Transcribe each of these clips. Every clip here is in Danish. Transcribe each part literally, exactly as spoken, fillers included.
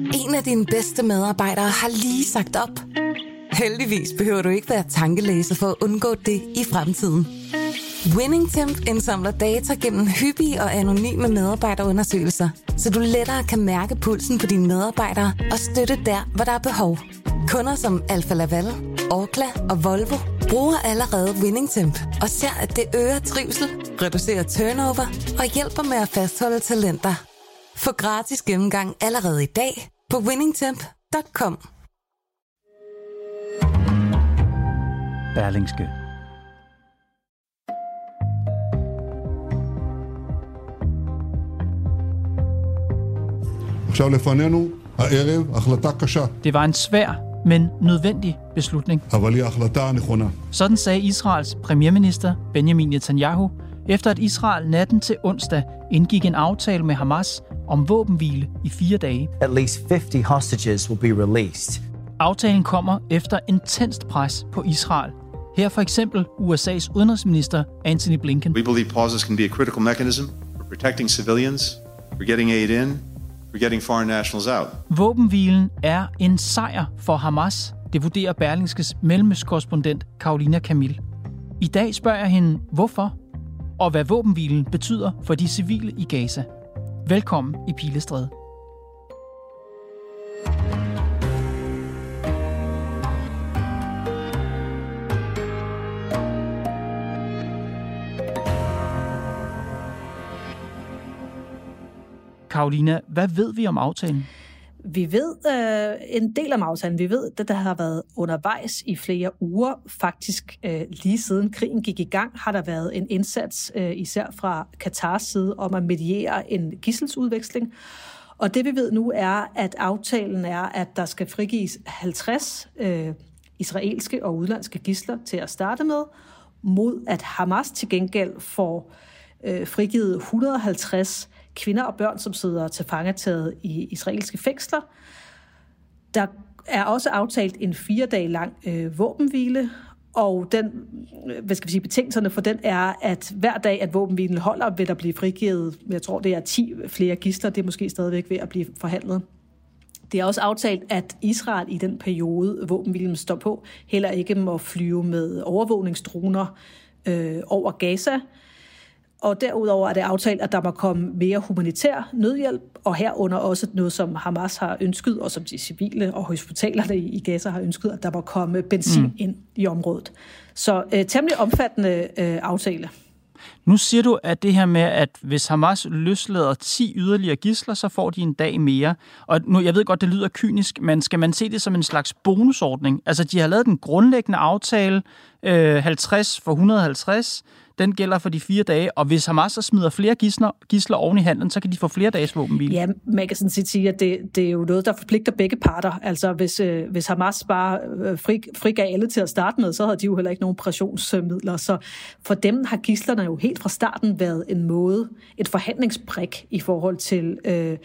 En af dine bedste medarbejdere har lige sagt op. Heldigvis behøver du ikke være tankelæser for at undgå det i fremtiden. WinningTemp indsamler data gennem hyppige og anonyme medarbejderundersøgelser, så du lettere kan mærke pulsen på dine medarbejdere og støtte der, hvor der er behov. Kunder som Alfa Laval, Orkla og Volvo bruger allerede WinningTemp og ser, at det øger trivsel, reducerer turnover og hjælper med at fastholde talenter. Få gratis gennemgang allerede i dag på winningtemp punktum com. Berlingske. Det var en svær, men nødvendig beslutning. Sådan sagde Israels premierminister Benjamin Netanyahu, efter at Israel natten til onsdag indgik en aftale med Hamas om våbenhvile i fire dage. At least fifty hostages will be released. Aftalen kommer efter intenst pres på Israel. Her for eksempel U S A's udenrigsminister Antony Blinken. We believe pauses can be a critical mechanism for protecting civilians, for getting aid in, for getting foreign nationals out. Våbenhvilen er en sejr for Hamas, det vurderer Berlingskes mellemøstkorrespondent Carolina Camille. I dag spørger jeg hende, hvorfor, og hvad våbenhvilen betyder for de civile i Gaza. Velkommen i Pilestræde. Carolina, hvad ved vi om aftalen? Vi ved øh, en del om aftalen. Vi ved, at der har været undervejs i flere uger. Faktisk øh, lige siden krigen gik i gang, har der været en indsats, øh, især fra Katars side, om at mediere en gidselsudveksling. Og det vi ved nu er, at aftalen er, at der skal frigives halvtreds øh, israelske og udenlandske gidsler til at starte med, mod at Hamas til gengæld får øh, frigivet et hundrede og halvtreds kvinder og børn, som sidder til fangetaget i israelske fængsler. Der er også aftalt en fire dage lang øh, våbenhvile, og den, hvad skal vi sige, betingelserne for den er, at hver dag, at våbenhvilen holder, vil der blive frigivet, jeg tror, det er ti flere gidsler, det er måske stadigvæk ved at blive forhandlet. Det er også aftalt, at Israel i den periode, våbenhvilen står på, heller ikke må flyve med overvågningsdroner øh, over Gaza. Og derudover er det aftalt, at der må komme mere humanitær nødhjælp, og herunder også noget, som Hamas har ønsket, og som de civile og hospitalerne i Gaza har ønsket, at der må komme benzin mm. ind i området. Så øh, temmelig omfattende øh, aftale. Nu siger du, at det her med, at hvis Hamas løslader ti yderligere gidsler, så får de en dag mere. Og nu, jeg ved godt, det lyder kynisk, men skal man se det som en slags bonusordning? Altså, de har lavet den grundlæggende aftale, øh, halvtreds for et hundrede og halvtreds. Den gælder for de fire dage, og hvis Hamas så smider flere gidsler, gidsler oven i handlen, så kan de få flere dages våbenhvile. Ja, man kan sådan set sige, at det, det er jo noget, der forpligter begge parter. Altså, hvis, øh, hvis Hamas bare øh, fri, frigav alle til at starte med, så havde de jo heller ikke nogen pressionsmidler. Så for dem har gidslerne jo helt fra starten været en måde, et forhandlingsbrik i forhold til Øh,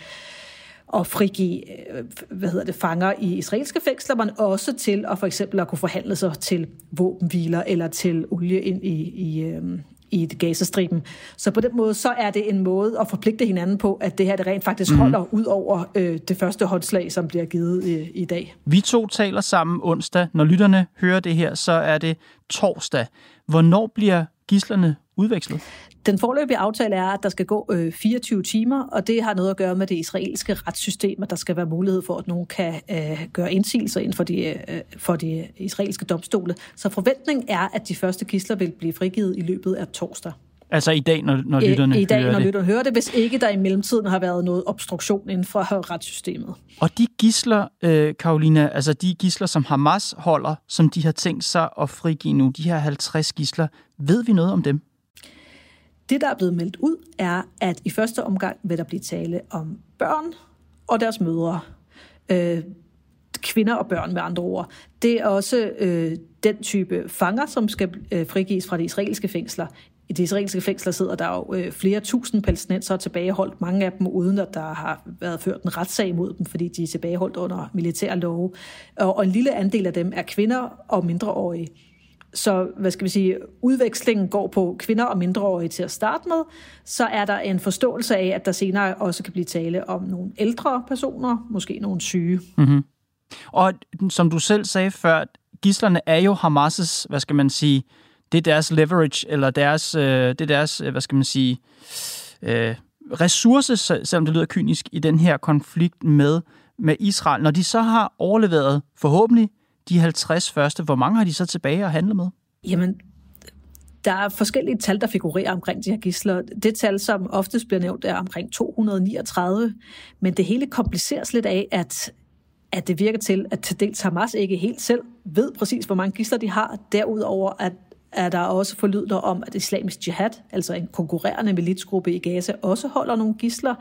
at frigive hvad hedder det, fanger i israelske fængsler, men også til at for eksempel at kunne forhandle sig til våbenhviler eller til olie ind i, i, i Gazastriben. Så på den måde, så er det en måde at forpligte hinanden på, at det her det rent faktisk holder mm. ud over øh, det første håndslag, som bliver givet i, i dag. Vi to taler sammen onsdag. Når lytterne hører det her, så er det torsdag. Hvornår bliver gidslerne udvekslet? Den foreløbige aftale er, at der skal gå øh, fireogtyve timer, og det har noget at gøre med det israelske retssystem, at der skal være mulighed for, at nogen kan øh, gøre indsigelser inden for de, øh, for de israelske domstole. Så forventningen er, at de første gidsler vil blive frigivet i løbet af torsdag. Altså i dag, når, når lytterne I, i dag, hører når det? lytterne hører det, hvis ikke der i mellemtiden har været noget obstruktion inden for retssystemet. Og de gidsler, øh, Carolina, altså de gidsler, som Hamas holder, som de har tænkt sig at frigive nu, de her halvtreds gidsler, ved vi noget om dem? Det, der er blevet meldt ud, er, at i første omgang vil der blive tale om børn og deres mødre. Øh, kvinder og børn med andre ord. Det er også øh, den type fanger, som skal øh, frigives fra de israelske fængsler. I de israelske fængsler sidder der jo øh, flere tusind palæstinensere tilbageholdt, mange af dem uden at der har været ført en retssag imod dem, fordi de er tilbageholdt under militære love. Og, og en lille andel af dem er kvinder og mindreårige. så hvad skal vi sige, udvekslingen går på kvinder og mindreårige til at starte med, så er der en forståelse af, at der senere også kan blive tale om nogle ældre personer, måske nogle syge. Mm-hmm. Og som du selv sagde før, gidslerne er jo Hamas' hvad skal man sige, det er deres leverage, eller deres, øh, det er deres, hvad skal man sige, øh, ressourcer, selvom det lyder kynisk, i den her konflikt med, med Israel. Når de så har overleveret, forhåbentlig, de halvtreds første, hvor mange har de så tilbage at handle med? Jamen, der er forskellige tal, der figurerer omkring de her gidsler. Det tal, som oftest bliver nævnt, er omkring to hundrede og niogtredive, men det hele kompliceres lidt af, at at det virker til, at til dels Hamas ikke helt selv ved præcis, hvor mange gidsler de har. Derudover at, er der også forlydender om, at Islamisk Jihad, altså en konkurrerende militsgruppe i Gaza, også holder nogle gidsler.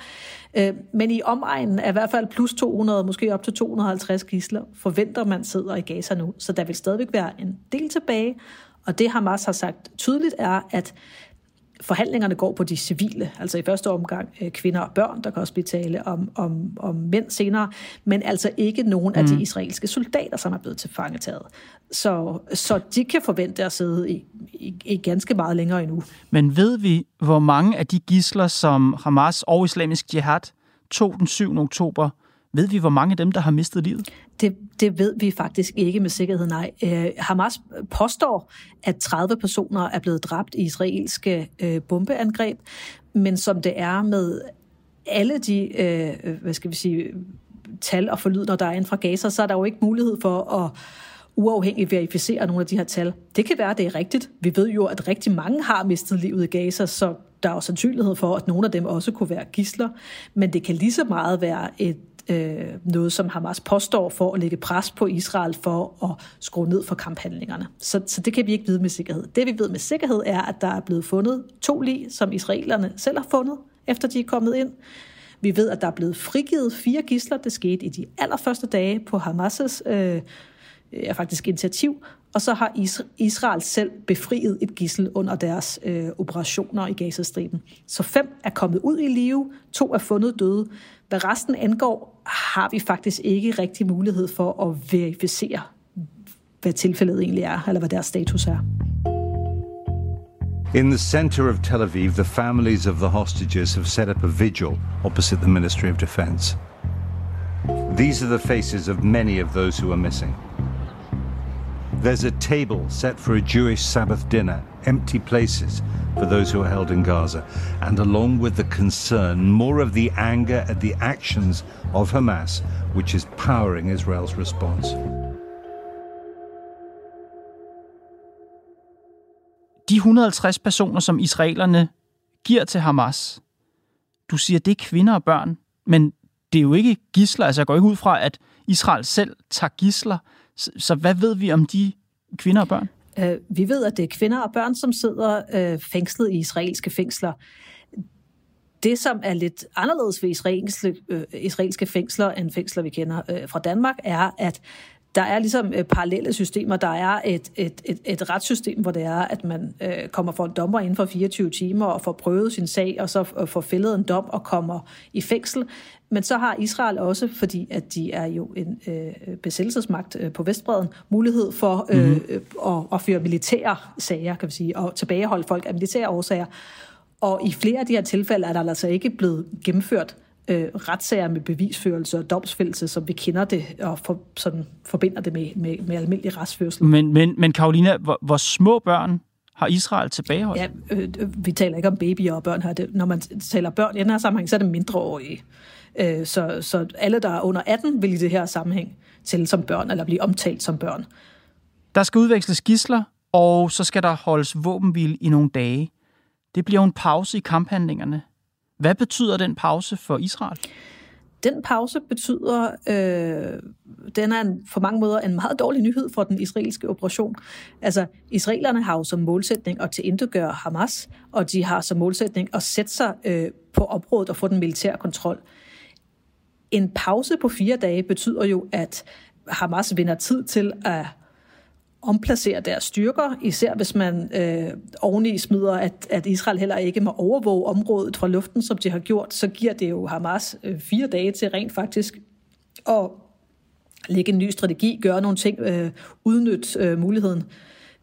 Men i omegnen er i hvert fald plus to hundrede, måske op til to hundrede og halvtreds gidsler, forventer man sidder i Gaza nu. Så der vil stadigvæk være en del tilbage. Og det Hamas har sagt tydeligt er, at forhandlingerne går på de civile, altså i første omgang kvinder og børn, der kan også blive tale om, om, om mænd senere, men altså ikke nogen af de mm. israelske soldater, som er blevet tilfangetaget. Så, så de kan forvente at sidde i, i, i ganske meget længere endnu. Men ved vi, hvor mange af de gidsler, som Hamas og Islamisk Jihad tog den syvende oktober, ved vi, hvor mange af dem, der har mistet livet? Det, det ved vi faktisk ikke med sikkerhed, nej. Uh, Hamas påstår, at tredive personer er blevet dræbt i israelske uh, bombeangreb, men som det er med alle de, uh, hvad skal vi sige, tal og forlydender, der er inden fra Gaza, så er der jo ikke mulighed for at uafhængigt verificere nogle af de her tal. Det kan være, at det er rigtigt. Vi ved jo, at rigtig mange har mistet livet i Gaza, så der er jo sandsynlighed for, at nogle af dem også kunne være gidsler, men det kan lige så meget være et øh, noget, som Hamas påstår for at lægge pres på Israel for at skrue ned for kamphandlingerne. Så, så det kan vi ikke vide med sikkerhed. Det vi ved med sikkerhed er, at der er blevet fundet to lig, som israelerne selv har fundet, efter de er kommet ind. Vi ved, at der er blevet frigivet fire gidsler. Det skete i de allerførste dage på Hamas' øh, er faktisk initiativ, og så har Israel selv befriet et gidsel under deres øh, operationer i Gazastriben. Så fem er kommet ud i live, to er fundet døde. Hvad resten angår, har vi faktisk ikke rigtig mulighed for at verificere, hvad tilfældet egentlig er, eller hvad deres status er. In the center of Tel Aviv, the families of the hostages have set up a vigil opposite the Ministry of Defense. These are the faces of many of those who are missing. There's a table set for a Jewish Sabbath dinner, empty places for those who are held in Gaza, and along with the concern, more of the anger at the actions of Hamas, which is powering Israel's response. De et hundrede og halvtreds personer, som israelerne giver til Hamas, du siger, det er kvinder og børn, men det er jo ikke gidsler. Altså jeg går ikke ud fra, at Israel selv tager gidsler. Så hvad ved vi om de kvinder og børn? Uh, vi ved, at det er kvinder og børn, som sidder uh, fængslet i israelske fængsler. Det, som er lidt anderledes ved israelske, uh, israelske fængsler end fængsler, vi kender uh, fra Danmark, er, at der er ligesom uh, parallelle systemer. Der er et, et, et, et retssystem, hvor det er, at man uh, kommer for en dommer inden for fireogtyve timer og får prøvet sin sag, og så uh, får fældet en dom og kommer i fængsel. Men så har Israel også, fordi at de er jo en øh, besættelsesmagt øh, på Vestbredden, mulighed for øh, mm-hmm. øh, at, at føre militære sager, kan vi sige, og tilbageholde folk af militære årsager. Og i flere af de her tilfælde er der altså ikke blevet gennemført øh, retssager med bevisførelse og domsfældelse, som vi kender det, og for, sådan forbinder det med, med, med almindelig retsførsel. Men, men, men Carolina, hvor, hvor små børn har Israel tilbageholdt? Ja, øh, vi taler ikke om babyer og børn her. Det, når man taler børn i den her sammenhæng, så er det mindreårige. Så, så alle, der er under atten, vil i det her sammenhæng tælle som børn, eller blive omtalt som børn. Der skal udveksles gidsler, og så skal der holdes våbenhvile i nogle dage. Det bliver en pause i kamphandlingerne. Hvad betyder den pause for Israel? Den pause betyder, øh, den er en, på mange måder en meget dårlig nyhed for den israelske operation. Altså, israelerne har jo som målsætning at tilintetgøre Hamas, og de har som målsætning at sætte sig øh, på området og få den militære kontrol. En pause på fire dage betyder jo, at Hamas vinder tid til at omplacere deres styrker, især hvis man øh, oveni smider, at, at Israel heller ikke må overvåge området fra luften, som de har gjort, så giver det jo Hamas øh, fire dage til rent faktisk at lægge en ny strategi, gøre nogle ting, øh, udnytte øh, muligheden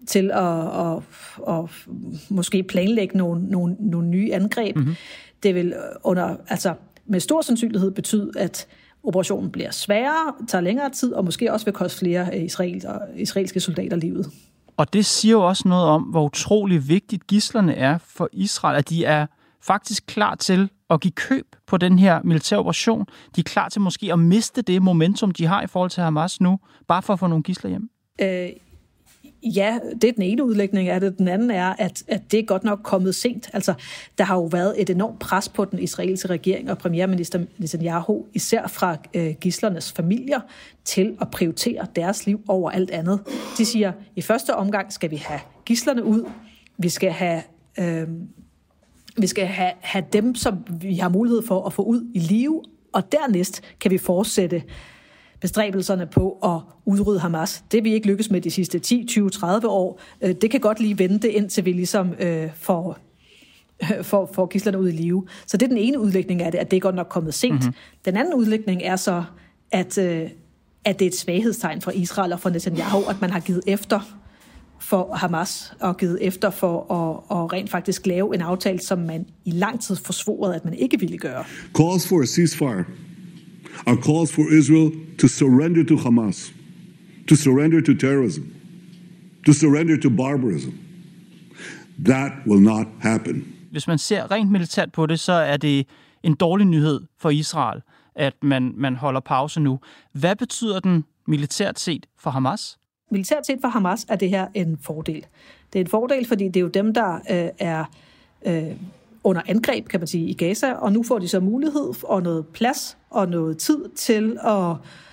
til at, at, at måske planlægge nogle, nogle, nogle nye angreb. Mm-hmm. Det vil under, altså med stor sandsynlighed betyde, at operationen bliver sværere, tager længere tid, og måske også vil koste flere israel, israelske soldater livet. Og det siger jo også noget om, hvor utrolig vigtigt gidslerne er for Israel, at de er faktisk klar til at give køb på den her militære operation. De er klar til måske at miste det momentum, de har i forhold til Hamas nu, bare for at få nogle gidsler hjem. Øh, ja, det er den ene udlægning af det. Den anden er, at, at det er godt nok kommet sent. Altså, der har jo været et enormt pres på den israelske regering og premierminister Netanyahu, især fra øh, gidslernes familier, til at prioritere deres liv over alt andet. De siger, i første omgang skal vi have gidslerne ud. Vi skal have... Øh, Vi skal have, have dem, som vi har mulighed for at få ud i live, og dernæst kan vi fortsætte bestræbelserne på at udrydde Hamas. Det vi ikke lykkes med de sidste ti, tyve, tredive år. Det kan godt lige vente, indtil vi ligesom øh, får, øh, får, får gidslerne ud i live. Så det er den ene udlægning af det, at det er godt nok kommet sent. Mm-hmm. Den anden udlægning er så, at, øh, at det er et svaghedstegn for Israel og for Netanyahu, at man har givet efter for Hamas og givet efter for at, at rent faktisk lave en aftale, som man i lang tid forsvorede, at man ikke ville gøre. Calls for a ceasefire are calls for Israel to surrender to Hamas, to surrender to terrorism, to surrender to barbarism. That will not happen. Hvis man ser rent militært på det, så er det en dårlig nyhed for Israel, at man, man holder pause nu. Hvad betyder den militært set for Hamas? Militært set for Hamas er det her en fordel. Det er en fordel, fordi det er jo dem, der øh, er øh, under angreb, kan man sige, i Gaza, og nu får de så mulighed og noget plads og noget tid til at,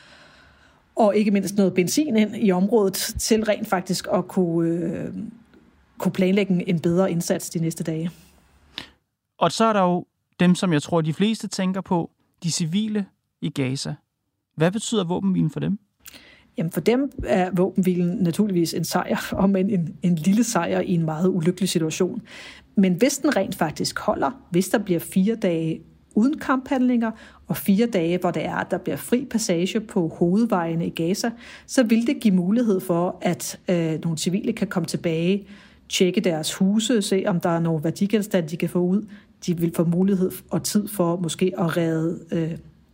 og ikke mindst noget benzin ind i området, til rent faktisk at kunne, øh, kunne planlægge en bedre indsats de næste dage. Og så er der jo dem, som jeg tror, de fleste tænker på, de civile i Gaza. Hvad betyder våbenhvilen for dem? Jamen for dem er våbenhvilen naturligvis en sejr, om en, en, en lille sejr i en meget ulykkelig situation. Men hvis den rent faktisk holder, hvis der bliver fire dage uden kamphandlinger, og fire dage, hvor det er, at der bliver fri passage på hovedvejene i Gaza, så vil det give mulighed for, at øh, nogle civile kan komme tilbage, tjekke deres huse, se om der er nogle værdigenstande, de kan få ud. De vil få mulighed og tid for måske at redde øh,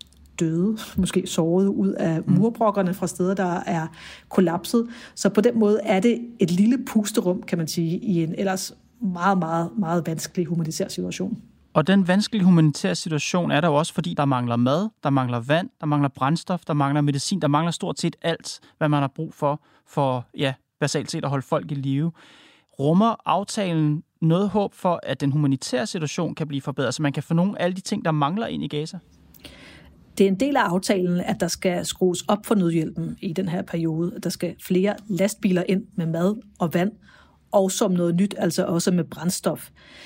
døde, måske såret ud af murbrokkerne fra steder, der er kollapset. Så på den måde er det et lille pusterum, kan man sige, i en ellers meget, meget, meget vanskelig humanitær situation. Og den vanskelige humanitære situation er der jo også, fordi der mangler mad, der mangler vand, der mangler brændstof, der mangler medicin, der mangler stort set alt, hvad man har brug for, for ja, basalt set at holde folk i live. Rummer aftalen noget håb for, at den humanitære situation kan blive forbedret, så man kan få nogle af alle de ting, der mangler ind i Gaza? Det er en del af aftalen, at der skal skrues op for nødhjælpen i den her periode. Der skal flere lastbiler ind med mad og vand, og som noget nyt, altså også med brændstof.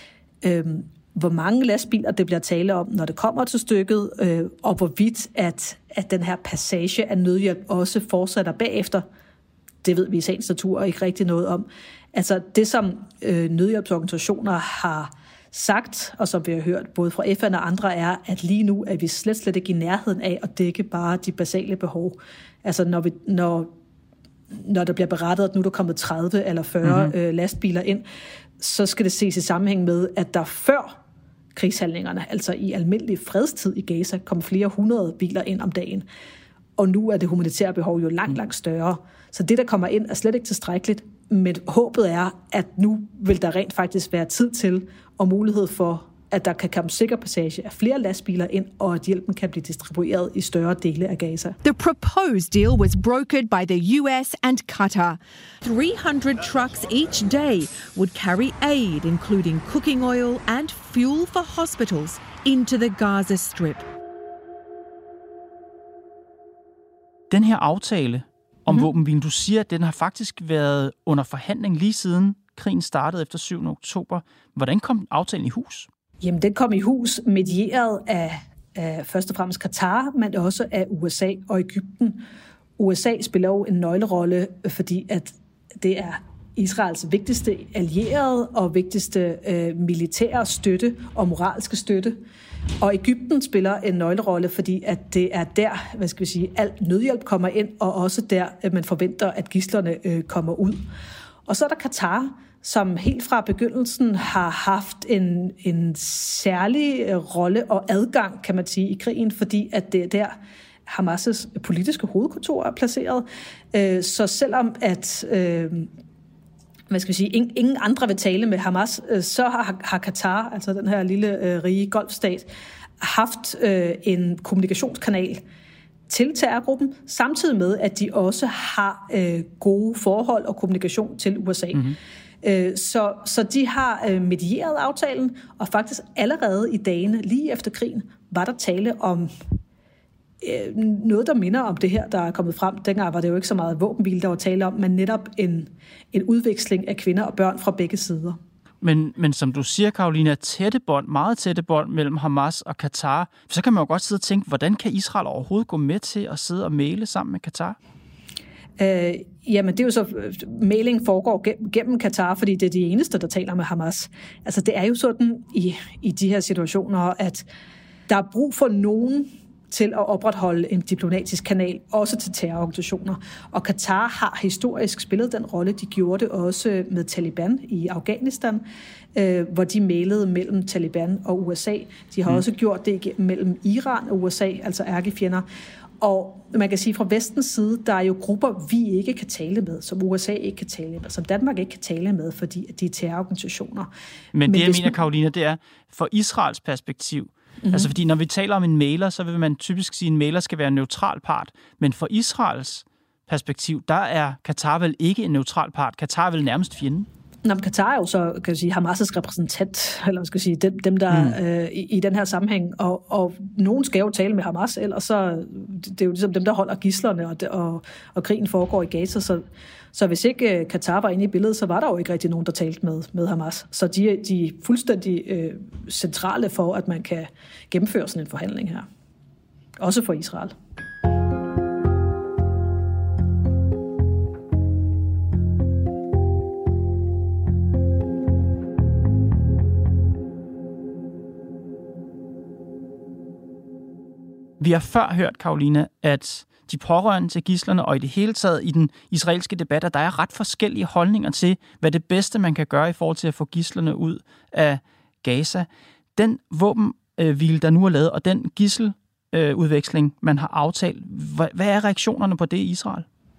Øhm, hvor mange lastbiler det bliver tale om, når det kommer til stykket, øh, og hvorvidt at, at den her passage af nødhjælp også fortsætter bagefter, det ved vi i sagens natur ikke rigtig noget om. Altså det, som øh, nødhjælpsorganisationer har sagt, og som vi har hørt både fra F N og andre, er, at lige nu er vi slet, slet ikke i nærheden af at dække bare de basale behov. Altså når, vi, når, når der bliver berettet, at nu er der kommet tredive eller fyrre mm-hmm. øh, lastbiler ind, så skal det ses i sammenhæng med, at der før krigshandlingerne, altså i almindelig fredstid i Gaza, kom flere hundrede biler ind om dagen. Og nu er det humanitære behov jo langt, langt større. Så det, der kommer ind, er slet ikke tilstrækkeligt. Men håbet er, at nu vil der rent faktisk være tid til og mulighed for, at der kan komme sikker passage af flere lastbiler ind, og at hjælpen kan blive distribueret i større dele af Gaza. The proposed deal was brokered by the U S and Qatar. three hundred trucks each day would carry aid, including cooking oil and fuel for hospitals, into the Gaza Strip. Den her aftale om mm-hmm. våbenhvilen, du siger, at den har faktisk været under forhandling lige siden krigen startede efter syvende oktober. Hvordan kom aftalen i hus? Jamen, den kom i hus medieret af, af først og fremmest Katar, men også af U S A og Egypten. U S A spiller jo en nøglerolle, fordi at det er Israels vigtigste allierede og vigtigste øh, militære støtte og moralske støtte. Og Egypten spiller en nøglerolle, fordi at det er der, hvad skal vi sige, alt nødhjælp kommer ind, og også der, at man forventer, at gidslerne øh, kommer ud. Og så er der Katar, som helt fra begyndelsen har haft en, en særlig rolle og adgang, kan man sige, i krigen, fordi at det er der Hamas' politiske hovedkontor er placeret. Så selvom at øh, hvad skal vi sige, ingen andre vil tale med Hamas, så har, har Katar, altså den her lille øh, rige golfstat, haft øh, en kommunikationskanal til terrorgruppen, samtidig med, at de også har øh, gode forhold og kommunikation til U S A. Mm-hmm. Øh, så, så de har øh, medieret aftalen, og faktisk allerede i dagene lige efter krigen, var der tale om øh, noget, der minder om det her, der er kommet frem. Dengang var det jo ikke så meget våbenhvile, der var tale om, men netop en, en udveksling af kvinder og børn fra begge sider. Men, men som du siger, Carolina, tætte bånd, meget tætte bånd mellem Hamas og Katar. Så kan man jo godt sidde og tænke, hvordan kan Israel overhovedet gå med til at sidde og mægle sammen med Katar? Øh, jamen, det er jo så, mægling foregår gennem Katar, fordi det er de eneste, der taler med Hamas. Altså, det er jo sådan i, i de her situationer, at der er brug for nogen til at opretholde en diplomatisk kanal, også til terrororganisationer. Og Katar har historisk spillet den rolle. De gjorde det også med Taliban i Afghanistan, øh, hvor de mælede mellem Taliban og U S A. De har mm. også gjort det mellem Iran og U S A, altså ærkefjender. Og man kan sige, fra vestens side, der er jo grupper, vi ikke kan tale med, som U S A ikke kan tale med, som Danmark ikke kan tale med, fordi de er terrororganisationer. Men, Men det, jeg hvis... mener, Carolina, det er, for Israels perspektiv, mm-hmm. altså fordi når vi taler om en mægler, så vil man typisk sige, at en mægler skal være en neutral part. Men for Israels perspektiv, der er Katar vel ikke en neutral part. Katar er vel nærmest fjenden. Nå, Katar er jo så, kan jeg sige, Hamas' repræsentant, eller skal jeg sige, dem, dem der mm. øh, i, i den her sammenhæng, og, og nogen skal jo tale med Hamas, ellers så, det er jo ligesom dem, der holder gidslerne, og, og, og krigen foregår i Gaza, så, så hvis ikke Katar var inde i billedet, så var der jo ikke rigtig nogen, der talte med, med Hamas. Så de, de er fuldstændig øh, centrale for, at man kan gennemføre sådan en forhandling her. Også for Israel. Vi har før hørt, Carolina, at de pårørende til gidslerne og i det hele taget i den israelske debat, at der er ret forskellige holdninger til, hvad det bedste, man kan gøre i forhold til at få gidslerne ud af Gaza. Den våbenhvile, der nu er lavet, og den gidseludveksling, man har aftalt, hvad er reaktionerne på det i Israel?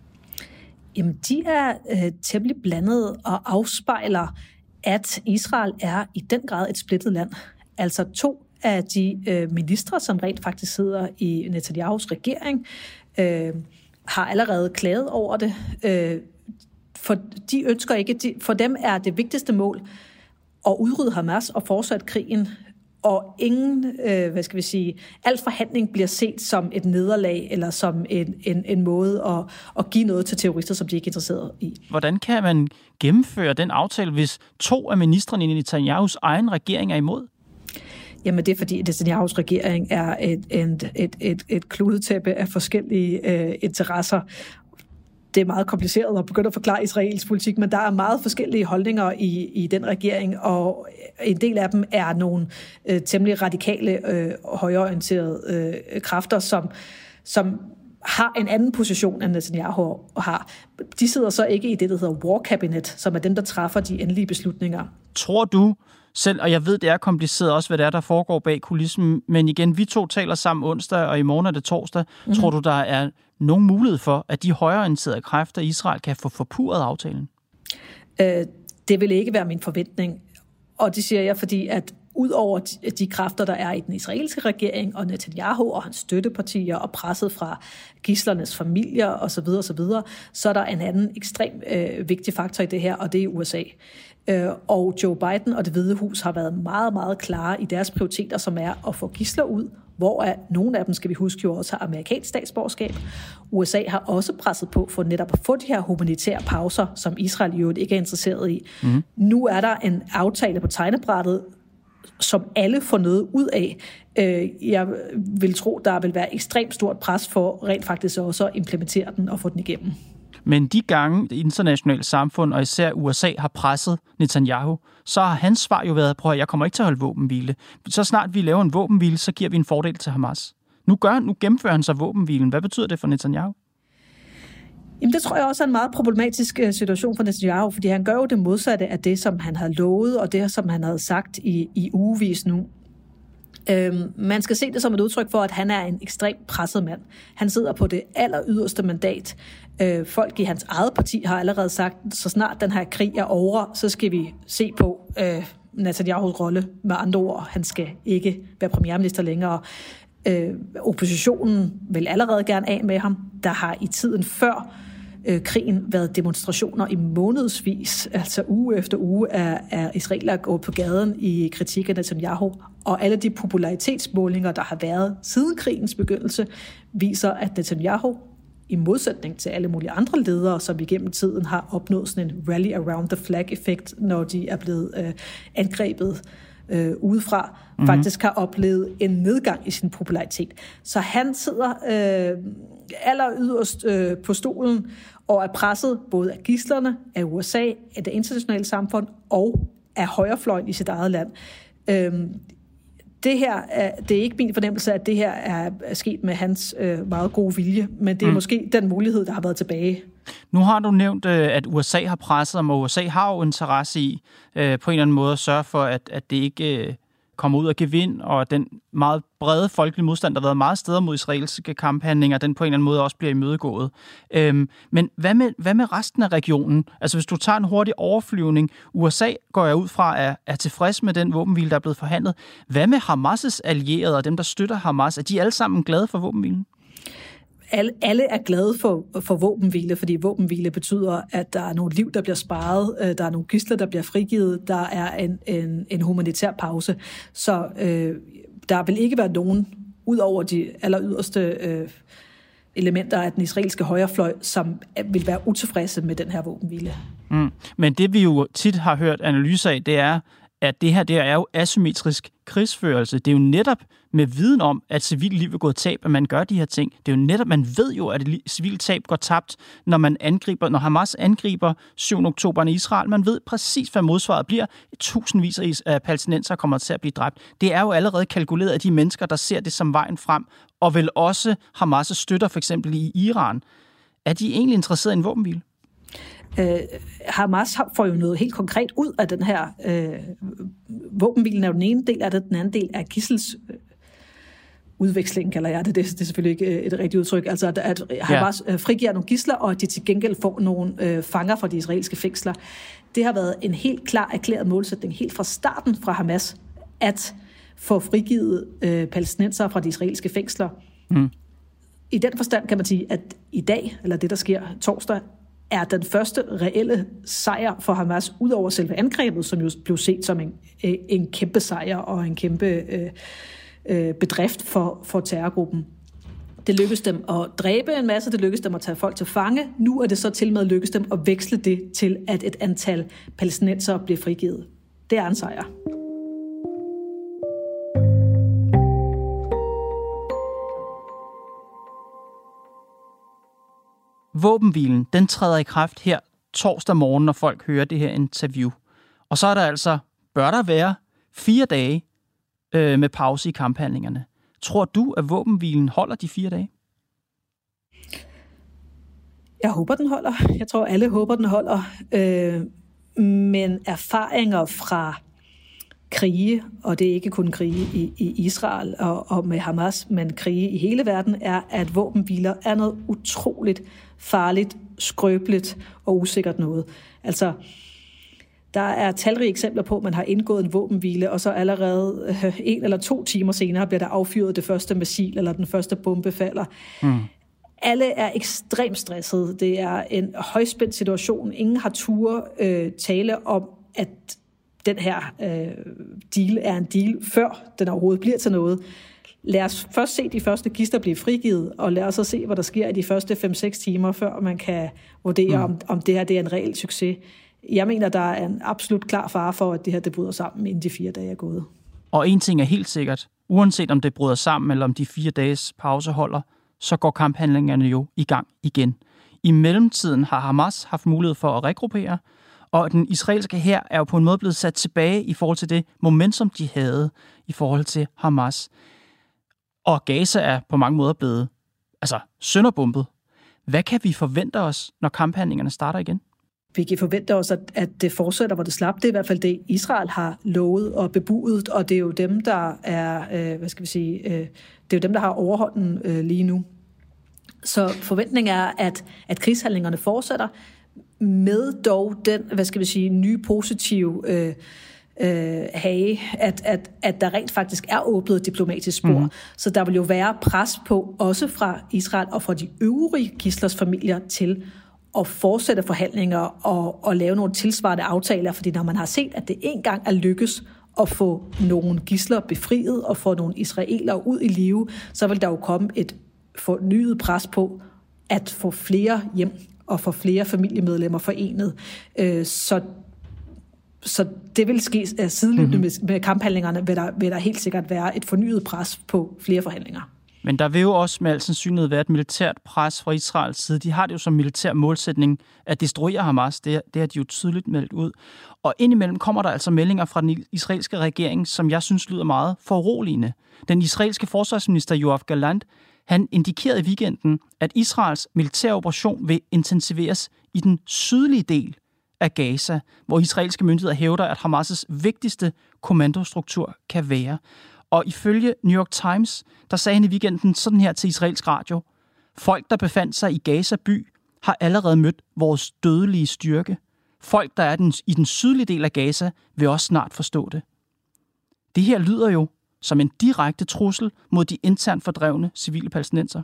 Jamen, de er øh, temmelig blandede og afspejler, at Israel er i den grad et splittet land. Altså to af de øh, ministre, som rent faktisk sidder i Netanyahus regering, øh, har allerede klaget over det. Øh, for de ønsker ikke, de, for dem er det vigtigste mål at udrydde Hamas og fortsætte krigen, og ingen, øh, hvad skal vi sige, al forhandling bliver set som et nederlag, eller som en, en, en måde at, at give noget til terrorister, som de ikke er interesseret i. Hvordan kan man gennemføre den aftale, hvis to af ministrene i Netanyahus egen regering er imod? Jamen det er fordi, at Netanyahus regering er et, et, et, et, et kludetæppe af forskellige øh, interesser. Det er meget kompliceret at begynde at forklare israelsk politik, men der er meget forskellige holdninger i, i den regering, og en del af dem er nogle øh, temmelig radikale, øh, højreorienterede øh, kræfter, som, som har en anden position, end Netanyahu har. De sidder så ikke i det, der hedder War Cabinet, som er dem, der træffer de endelige beslutninger. Tror du selv, og jeg ved, det er kompliceret også, hvad det er, der foregår bag kulissen, men igen, vi to taler sammen onsdag, og i morgen er det torsdag. Mm-hmm. Tror du, der er nogen mulighed for, at de højreorienterede kræfter i Israel kan få forpurret aftalen? Øh, det vil ikke være min forventning, og det siger jeg, fordi at udover de, de kræfter, der er i den israelske regering, og Netanyahu og hans støttepartier, og presset fra gidslernes familier osv., osv., så er der en anden ekstrem øh, vigtig faktor i det her, og det er U S A. Øh, og Joe Biden og Det Hvide Hus har været meget, meget klare i deres prioriteter, som er at få gidsler ud, hvor er, nogle af dem, skal vi huske, jo også har amerikansk statsborgerskab. U S A har også presset på for netop at få de her humanitære pauser, som Israel jo ikke er interesseret i. Mm. Nu er der en aftale på tegnebrættet, som alle får noget ud af. Jeg vil tro, der vil være ekstremt stort pres for rent faktisk også at implementere den og få den igennem. Men de gange det internationale samfund, og især U S A, har presset Netanyahu, så har hans svar jo været, prøv at jeg kommer ikke til at holde våbenhvile. Så snart vi laver en våbenhvile, så giver vi en fordel til Hamas. Nu, gør, nu gennemfører han så våbenhvilen. Hvad betyder det for Netanyahu? Jamen, det tror jeg også er en meget problematisk situation for Netanyahu, fordi han gør jo det modsatte af det, som han har lovet, og det, som han havde sagt i, i ugevis nu. Øhm, man skal se det som et udtryk for, at han er en ekstremt presset mand. Han sidder på det aller yderste mandat. Øh, folk i hans eget parti har allerede sagt, så snart den her krig er over, så skal vi se på øh, Netanyahus rolle. Med andre ord, han skal ikke være premierminister længere. Øh, oppositionen vil allerede gerne af med ham. Der har i tiden før øh, krigen været demonstrationer i månedsvis, altså uge efter uge, er, er israelere gået på gaden i kritik af Netanyahu. Og alle de popularitetsmålinger, der har været siden krigens begyndelse, viser, at Netanyahu, i modsætning til alle mulige andre ledere, som igennem tiden har opnået sådan en rally around the flag-effekt, når de er blevet øh, angrebet øh, udefra, mm-hmm. faktisk har oplevet en nedgang i sin popularitet. Så han sidder øh, aller yderst øh, på stolen og er presset både af gidslerne, af U S A, af det internationale samfund og af højrefløjen i sit eget land. Øh, Det her er, det er ikke min fornemmelse, at det her er sket med hans øh, meget gode vilje, men det er mm. måske den mulighed, der har været tilbage. Nu har du nævnt, at U S A har presset ham, og U S A har jo interesse i øh, på en eller anden måde at sørge for, at, at det ikke øh, kommer ud af gevind, og den meget brede folkelige modstand, der har været meget steder mod israelske kamphandlinger, den på en eller anden måde også bliver imødegået. Øhm, men hvad med, hvad med resten af regionen? Altså hvis du tager en hurtig overflyvning, U S A går jeg ud fra, er, er tilfreds med den våbenhvile, der er blevet forhandlet. Hvad med Hamas' allierede og dem, der støtter Hamas? Er de alle sammen glade for våbenhvilen? Alle, alle er glade for, for våbenhvile, fordi våbenhvile betyder, at der er nogle liv, der bliver sparet, der er nogle gidsler, der bliver frigivet, der er en, en, en humanitær pause. Så øh, der vil ikke være nogen, ud over de aller yderste øh, elementer af den israelske højrefløj, som vil være utilfredse med den her våbenhvile. Mm. Men det vi jo tit har hørt analyser af, det er, at det her det er jo asymmetrisk krigsførelse. Det er jo netop med viden om, at civilt liv er gået tab, at man gør de her ting. Det er jo netop, man ved jo, at et civilt tab går tabt, når man angriber, når Hamas angriber syvende oktober i Israel. Man ved præcis, hvad modsvaret bliver. Tusindvis af palæstinenser kommer til at blive dræbt. Det er jo allerede kalkuleret af de mennesker, der ser det som vejen frem, og vel også Hamas' støtter for eksempel i Iran. Er de egentlig interesseret i en våbenhvile? Uh, Hamas får jo noget helt konkret ud af den her uh, våbenhvilen er jo den ene del af det, den anden del er gidsels uh, udveksling, kalder jeg det. Det, det er selvfølgelig ikke et rigtigt udtryk. Altså, at, at Hamas uh, frigiver nogle gidsler, og at de til gengæld får nogle uh, fanger fra de israelske fængsler. Det har været en helt klar erklæret målsætning, helt fra starten fra Hamas, at få frigivet uh, palæstinenser fra de israelske fængsler. Mm. I den forstand kan man sige, at i dag, eller det der sker torsdag, er den første reelle sejr for Hamas, ud over selve angrebet, som jo blev set som en, en kæmpe sejr og en kæmpe øh, øh, bedrift for, for terrorgruppen. Det lykkedes dem at dræbe en masse, det lykkedes dem at tage folk til fange. Nu er det så til med at lykkes dem at veksle det til, at et antal palæstinenser bliver frigivet. Det er en sejr. Våbenhvilen, den træder i kraft her torsdag morgen, når folk hører det her interview. Og så er der altså, bør der være fire dage øh, med pause i kamphandlingerne. Tror du, at våbenhvilen holder de fire dage? Jeg håber, den holder. Jeg tror, alle håber, den holder. Øh, men erfaringer fra krige, og det er ikke kun krige i, i Israel og, og med Hamas, men krige i hele verden, er, at våbenhviler er noget utroligt farligt, skrøbeligt og usikkert noget. Altså, der er talrige eksempler på, at man har indgået en våbenhvile, og så allerede øh, en eller to timer senere bliver der affyret det første missil, eller den første bombe falder. Mm. Alle er ekstremt stressede. Det er en højspændt situation. Ingen har tur øh, tale om, at den her øh, deal er en deal, før den overhovedet bliver til noget. Lad os først se de første gidsler blive frigivet, og lad os så se, hvad der sker i de første fem seks timer, før man kan vurdere, mm. om, om det her det er en reel succes. Jeg mener, der er en absolut klar fare for, at det her det bryder sammen, inden de fire dage er gået. Og en ting er helt sikkert. Uanset om det bryder sammen, eller om de fire dages pause holder, så går kamphandlingerne jo i gang igen. I mellemtiden har Hamas haft mulighed for at regruppere, og den israelske hær er jo på en måde blevet sat tilbage i forhold til det momentum, de havde i forhold til Hamas. Og Gaza er på mange måder blevet altså sønderbumpet. Hvad kan vi forvente os, når kamphandlingerne starter igen? Vi kan forvente os, at, at det fortsætter, hvor det slap. Det er i hvert fald det, Israel har lovet og bebudet, og det er jo dem, der er, øh, hvad skal vi sige, øh, det er jo dem, der har overhånden øh, lige nu. Så forventningen er, at, at krigshandlingerne fortsætter, med dog den, hvad skal vi sige, nye positive øh, øh, hage, at, at, at der rent faktisk er åbnet diplomatisk spor. Mm. Så der vil jo være pres på, også fra Israel og fra de øvrige gidslers familier, til at fortsætte forhandlinger og, og lave nogle tilsvarende aftaler, fordi når man har set, at det engang er lykkes at få nogle gidsler befriet og få nogle israelere ud i live, så vil der jo komme et fornyet pres på at få flere hjem og få flere familiemedlemmer forenet. Så, så det vil ske sideløbende mm-hmm. med kamphandlingerne, vil der, vil der helt sikkert være et fornyet pres på flere forhandlinger. Men der vil jo også med al sandsynlighed være et militært pres fra Israels side. De har det jo som militær målsætning at destruere Hamas. Det, det har de jo tydeligt meldt ud. Og indimellem kommer der altså meldinger fra den israelske regering, som jeg synes lyder meget foruroligende. Den israelske forsvarsminister Yoav Gallant, han indikerede i weekenden, at Israels militære operation vil intensiveres i den sydlige del af Gaza, hvor israelske myndigheder hævder, at Hamas' vigtigste kommandostruktur kan være. Og ifølge New York Times, der sagde han i weekenden sådan her til israelsk radio: folk, der befandt sig i Gaza by, har allerede mødt vores dødelige styrke. Folk, der er den, i den sydlige del af Gaza, vil også snart forstå det. Det her lyder jo som en direkte trussel mod de internt fordrevne civile palæstinenser.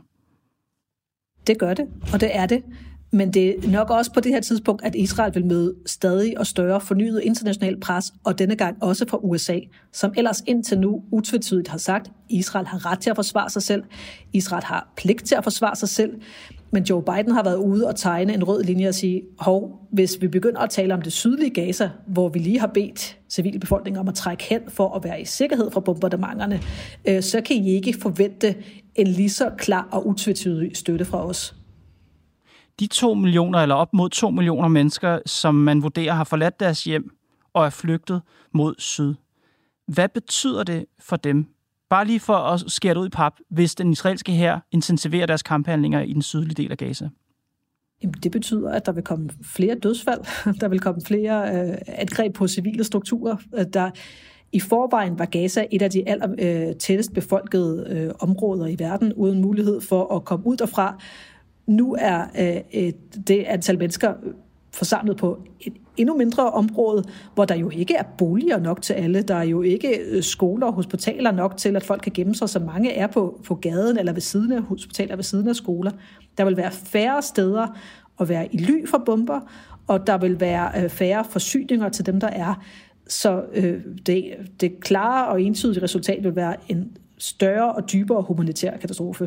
Det gør det, og det er det. Men det er nok også på det her tidspunkt, at Israel vil møde stadig og større fornyet international pres, og denne gang også fra U S A, som ellers indtil nu utvetydigt har sagt, at Israel har ret til at forsvare sig selv. Israel har pligt til at forsvare sig selv. Men Joe Biden har været ude og tegne en rød linje og sige, hov, hvis vi begynder at tale om det sydlige Gaza, hvor vi lige har bedt civilbefolkningen om at trække hen for at være i sikkerhed fra bombardementerne, øh, så kan I ikke forvente en lige så klar og utvetydig støtte fra os. De to millioner eller op mod to millioner mennesker, som man vurderer har forladt deres hjem og er flygtet mod syd. Hvad betyder det for dem? Bare lige for at skære det ud i pap, hvis den israelske hær intensiverer deres kamphandlinger i den sydlige del af Gaza. Jamen, det betyder, at der vil komme flere dødsfald. Der vil komme flere øh, angreb på civile strukturer. Der i forvejen var Gaza et af de aller øh, tættest befolkede øh, områder i verden, uden mulighed for at komme ud derfra. Nu er øh, det antal mennesker forsamlet på et endnu mindre område, hvor der jo ikke er boliger nok til alle. Der er jo ikke skoler og hospitaler nok til, at folk kan gemme sig, så mange er på, på gaden eller ved siden af hospitaler, ved siden af skoler. Der vil være færre steder at være i ly for bomber, og der vil være øh, færre forsyninger til dem, der er. Så øh, det, det klare og entydige resultat vil være en større og dybere humanitær katastrofe.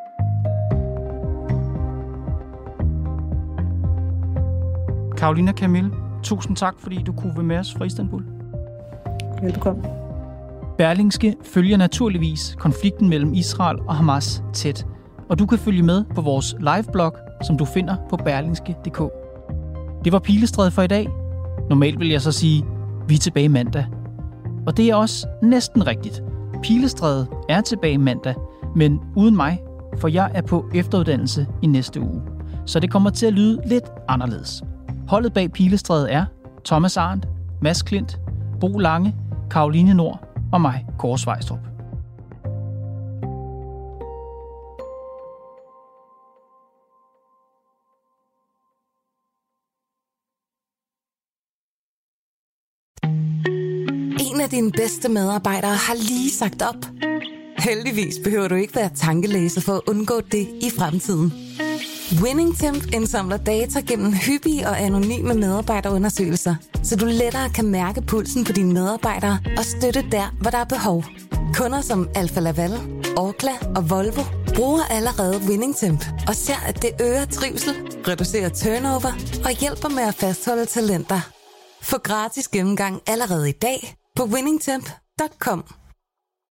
Carolina Camille, tusind tak, fordi du kunne være med os fra Istanbul. Velbekomme. Berlingske følger naturligvis konflikten mellem Israel og Hamas tæt, og du kan følge med på vores liveblog, som du finder på berlingske punktum d k. Det var Pilestræde for i dag. Normalt vil jeg så sige, vi er tilbage mandag. Og det er også næsten rigtigt. Pilestræde er tilbage mandag, men uden mig, for jeg er på efteruddannelse i næste uge. Så det kommer til at lyde lidt anderledes. Holdet bag Pilestræde er Thomas Arndt, Mads Klint, Bo Lange, Caroline Nord og mig, Kåre Svejstrup. En af dine bedste medarbejdere har lige sagt op. Heldigvis behøver du ikke være tankelæser for at undgå det i fremtiden. WinningTemp indsamler data gennem hyppige og anonyme medarbejderundersøgelser, så du lettere kan mærke pulsen på dine medarbejdere og støtte der, hvor der er behov. Kunder som Alfa Laval, Orkla og Volvo bruger allerede WinningTemp og ser, at det øger trivsel, reducerer turnover og hjælper med at fastholde talenter. Få gratis gennemgang allerede i dag på winningtemp punktum com.